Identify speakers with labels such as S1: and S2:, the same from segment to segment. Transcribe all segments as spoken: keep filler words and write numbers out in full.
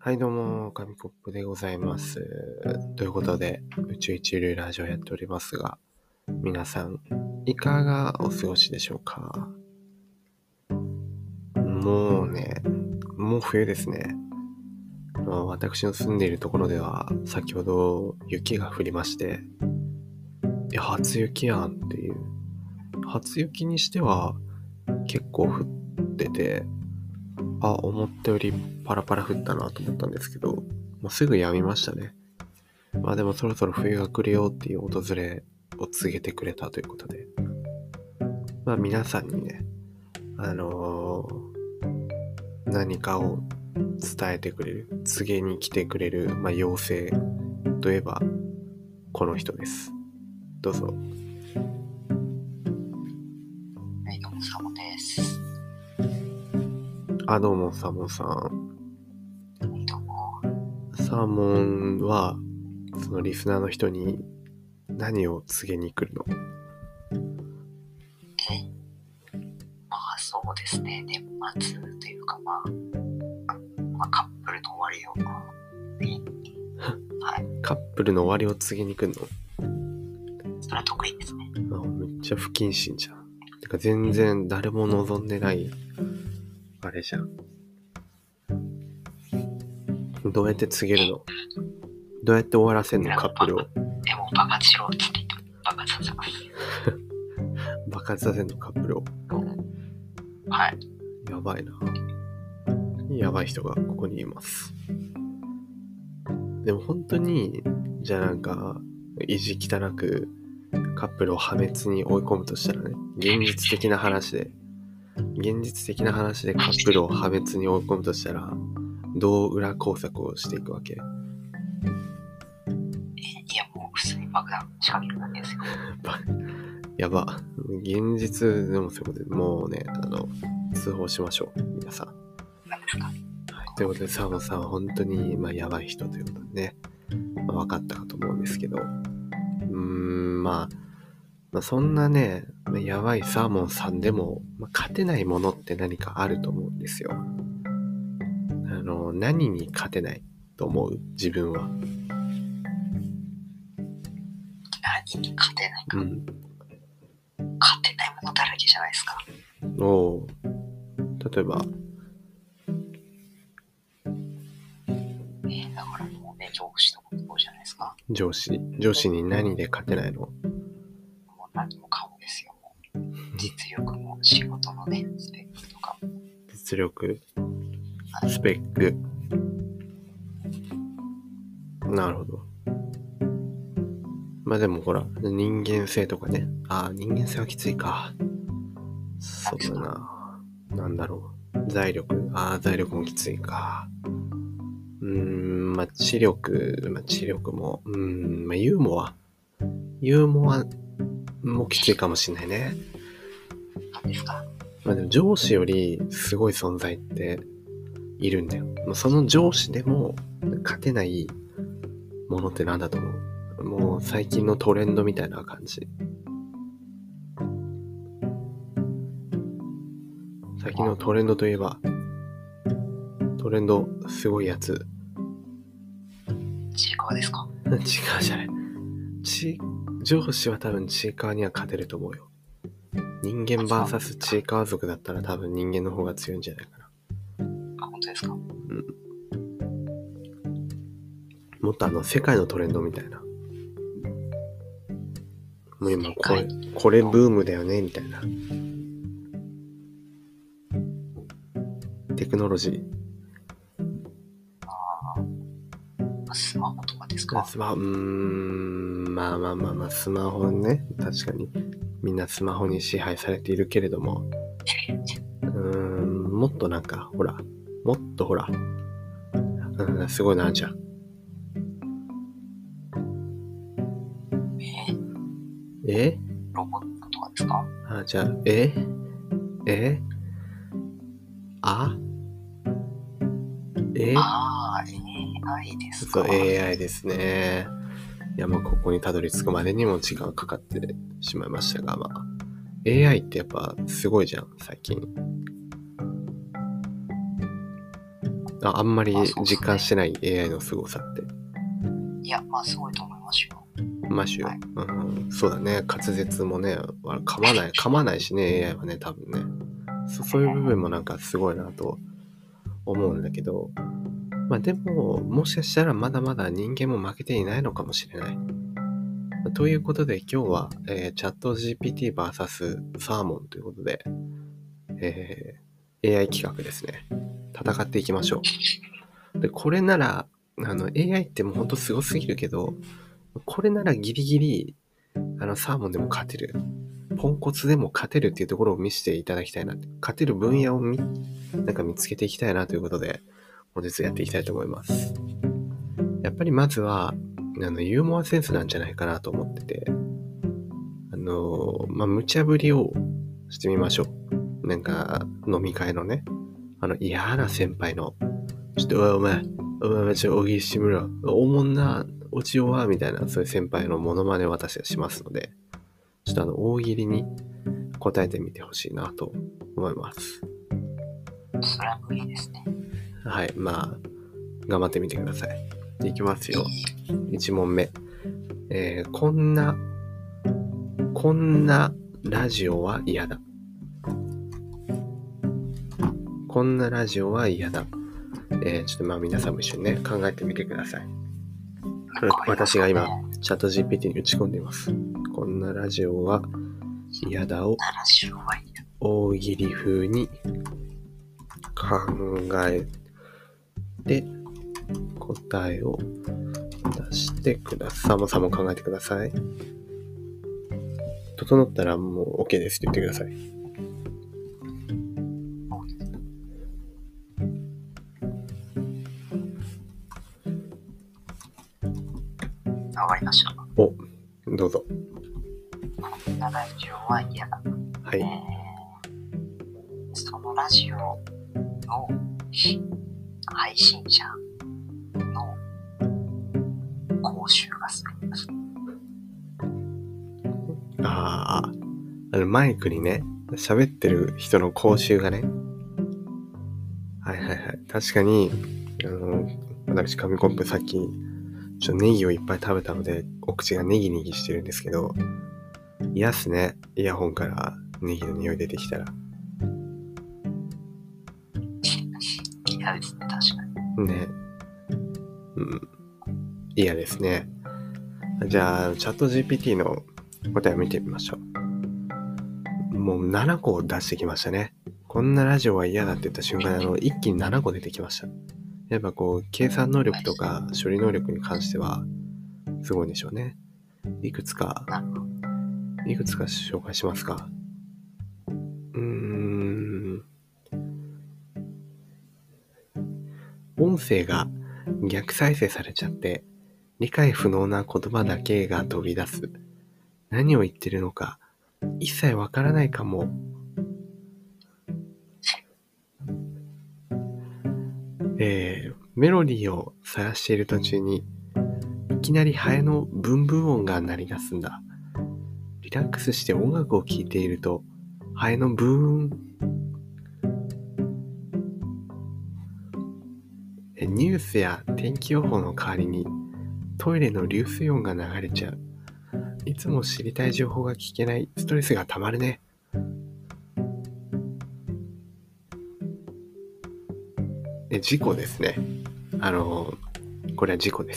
S1: はいどうも、紙コップでございます。ということで、宇宙一流ラジオやっておりますが、皆さん、いかがお過ごしでしょうか？もうね、もう冬ですね。私の住んでいるところでは、先ほど雪が降りまして、いや、初雪やんっていう。初雪にしては結構降ってて、あ、思ったよりパラパラ降ったなと思ったんですけど、もうすぐ止みましたね。まあでもそろそろ冬が来るよっていう訪れを告げてくれたということで、まあ皆さんにね、あのー、何かを伝えてくれる、告げに来てくれる、まあ妖精といえばこの人です。どうぞ。
S2: はい、どうもサモです。
S1: あ、どうもサモンさん。
S2: はい、どうも。
S1: サモンはそのリスナーの人に何を告げに来るの？
S2: えまあそうですね、年末というかまあ、まあ、カップルの終わりを、はい、
S1: カップルの終わりを告げに来るの？
S2: それは得意ですね。
S1: あ、めっちゃ不謹慎じゃん。てか全然誰も望んでないあれじゃん。どうやって告げるの？どうやって終わらせんのカップルを？
S2: でも爆発しろって言って爆発させます。
S1: 爆発させんのカップルを？
S2: はい。
S1: やばいな。やばい人がここにいます。でも本当に、じゃあなんか、意地汚くカップルを破滅に追い込むとしたらね、現実的な話で、現実的な話でカップルを破滅に追い込むとしたら、どう裏工作をしていくわけ？
S2: えいやもう普通に爆弾仕掛けるだけですよ。
S1: やば。現実でもそういうことで、もうね、あの、通報しましょう。皆さん。
S2: 何ですか？
S1: はい、ということで、サーモンさんは本当に、まあ、やばい人ということでね、まあ、分かったかと思うんですけど、うーん、まあ、まあ、そんなね、やばいサーモンさんでも、まあ、勝てないものって何かあると思うんですよ。あの、何に勝てないと思う？自分は。
S2: 何に勝てないか、
S1: うん。
S2: 勝てないものだらけじゃないですか。
S1: おー、例えば、
S2: えー、だからもうね、上司とかそうじゃないですか。
S1: 上司。上司に何で勝てないの？
S2: もう何もかもですよ。もう実力も仕事のね、スペックとか。
S1: 実力、スペック。なるほど。まあでもほら、人間性とかね。ああ、人間性はきついか。そうだな。なんだろう。財力。ああ、財力もきついか。うーん、まあ知力。まあ知力も。うーん、まあユーモア。ユーモアもきついかもしんないね。
S2: 何ですか？
S1: まあでも上司よりすごい存在っているんだよ。その上司でも勝てないものってなんだと思う？もう最近のトレンドみたいな感じ。最近のトレンドといえば、トレンドすごいやつ。
S2: ちいかわですか？
S1: 違うじゃない。ち、上司は多分ちいかわには勝てると思うよ。人間 ブイエス ちいかわ族だったら多分人間の方が強いんじゃないかな。
S2: あ、本当ですか？
S1: うん。もっとあの世界のトレンドみたいな。もう今これ、これブームだよねみたいな。テクノロジー。
S2: ああ、スマホとかですか？
S1: スマホ、うーん、まあまあまあまあ、スマホね。確かに。みんなスマホに支配されているけれども。うーん、もっとなんか、ほら、もっとほら、うん、すごいな、じゃん。
S2: え
S1: え
S2: ロボットとかですか？
S1: あ、じゃあ、ええあえ
S2: ああ、エーアイ ですか？
S1: そう、エーアイ ですね。いや、もうここにたどり着くまでにも時間かかってしまいましたが、まあ、エーアイ ってやっぱすごいじゃん、最近。 ああんまり
S2: まあそうっすね
S1: 実感してない エーアイ の凄さって。
S2: いや、まあすごいと思いますよ。
S1: マシュ、
S2: はい
S1: うん、そうだね。滑舌もね、噛まない、噛まないしね、エーアイ はね、多分ね。そそういう部分もなんかすごいなと思うんだけど、まあでも、もしかしたらまだまだ人間も負けていないのかもしれない。ということで今日は、えー、チャット ジーピーティー ブイエス サーモンということで、えー、エーアイ 企画ですね。戦っていきましょう。で、これなら、あの エーアイ ってもうほんとすごすぎるけど、これならギリギリ、あのサーモンでも勝てる。ポンコツでも勝てるっていうところを見せていただきたいな。勝てる分野を見、なんか見つけていきたいなということで、本日やっていきたいと思います。やっぱりまずは、あの、ユーモアセンスなんじゃないかなと思ってて、あの、まあ、無茶ぶりをしてみましょう。なんか、飲み会のね、あの、嫌な先輩の、ちょっと、お前、お前、ちょっと、おぎしてみろ。おもんな、おちよわ、みたいな、そういう先輩のモノマネを私はしますので、ちょっとあの、大喜利に答えてみてほしいなと思います。
S2: それは無理ですね。
S1: はい、まあ、頑張ってみてください。いきますよ。いち問目。えー、こんな、こんなラジオは嫌だ。こんなラジオは嫌だ。えー、ちょっとまあ皆さんも一緒にね、考えてみてください。私が今、チャット ジーピーティー に打ち込んでいます。こんなラジオは嫌だを大喜利風に考えて答えを出してください。サモさんも考えてください。整ったらもう OK ですって言ってください。
S2: わかりました。
S1: お、どうぞ。
S2: こんなラジオは嫌だ。
S1: はい。
S2: えー、そのラジオの配信者の講習がするんです。
S1: ああ、あのマイクにね、喋ってる人の口臭がね。はいはいはい。確かに、あの、私、紙コップさっき、ちょっとネギをいっぱい食べたので、お口がネギネギしてるんですけど、嫌っすね。イヤホンからネギの匂い出てきたら。
S2: 嫌ですね、確かに。
S1: ね。うん。嫌ですね。じゃあ、チャット ジーピーティー の答えを見てみましょう。もうななこ出してきましたね。こんなラジオは嫌だって言った瞬間に、あの、一気にななこ出てきました。やっぱこう、計算能力とか処理能力に関しては、すごいんでしょうね。いくつか、いくつか紹介しますか。うーん。音声が逆再生されちゃって、理解不能な言葉だけが飛び出す。何を言ってるのか、一切わからないかも。えー、メロディーを探している途中に、いきなりハエのブンブン音が鳴り出すんだ。リラックスして音楽を聴いていると、ハエのブーン。ニュースや天気予報の代わりに、トイレの流水音が流れちゃう。いつも知りたい情報が聞けないストレスがたまるね。え、事故ですね。あの、これは事故です。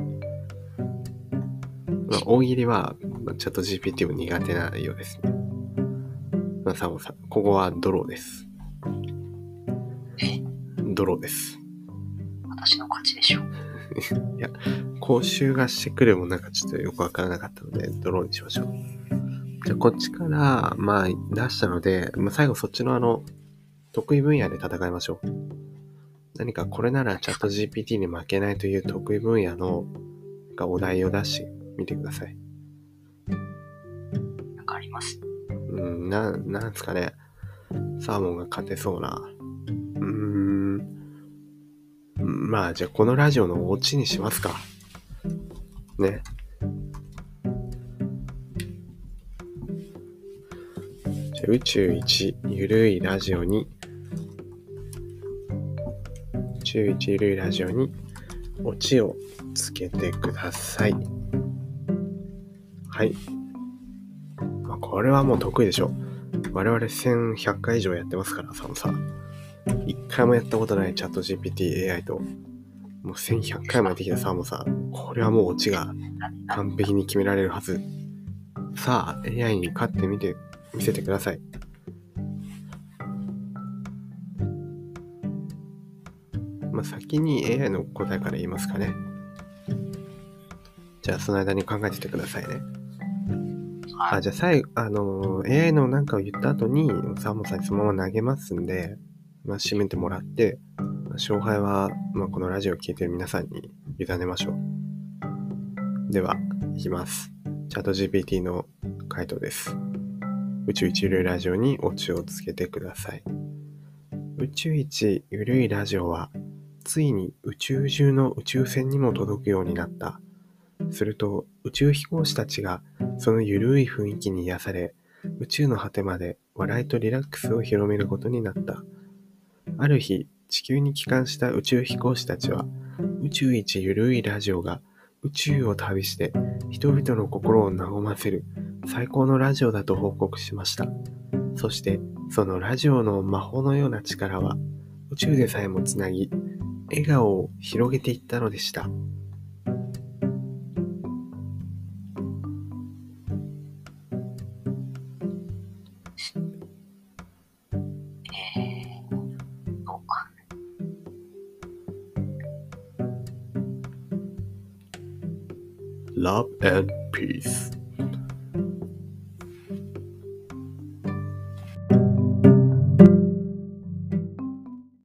S1: まあ、大喜利はチャット ジーピーティー も苦手なようですね。まあ、サモさん、ここはドローです。
S2: え
S1: ドローです。
S2: 私の勝ちでしょ。
S1: いや、講習がしてくるもなんかちょっとよくわからなかったので、ドローにしましょう。じゃあこっちから、まあ出したので、まあ、最後そっちのあの、得意分野で戦いましょう。何かこれならチャット ジーピーティー に負けないという得意分野のお題を出してみてください。
S2: なんかあります？
S1: うん、な、なんですかね。サーモンが勝てそうな。うーん。まあ、じゃあこのラジオのオチにしますか。ね。じゃあ宇宙一ゆるいラジオに、宇宙一ゆるいラジオにオチをつけてください。はい。まあ、これはもう得意でしょ。我々せんひゃっかい以上やってますから、サムさ。一回もやったことないチャット ジーピーティー エーアイ と、もうせんひゃっかいもやってきたサムさ、これはもうオチが完璧に決められるはず。さあ、エーアイ に勝ってみて、見せてください。まあ、先に エーアイ の答えから言いますかね。じゃあその間に考えててくださいね。あ、じゃあ最後、あの、エーアイ のなんかを言った後に、サーモンさんにそのまま投げますんで、まあ、締めてもらって、まあ、勝敗は、まあ、このラジオを聞いてる皆さんに委ねましょう。では、いきます。チャット ジーピーティー の回答です。宇宙一ゆるいラジオにオチをつけてください。宇宙一ゆるいラジオは、ついに宇宙中の宇宙船にも届くようになった。すると宇宙飛行士たちがそのゆるい雰囲気に癒され、宇宙の果てまで笑いとリラックスを広めることになった。ある日、地球に帰還した宇宙飛行士たちは、宇宙一ゆるいラジオが宇宙を旅して人々の心を和ませる最高のラジオだと報告しました。そしてそのラジオの魔法のような力は宇宙でさえもつなぎ、笑顔を広げていったのでした。
S2: えーと、
S1: Love and Peace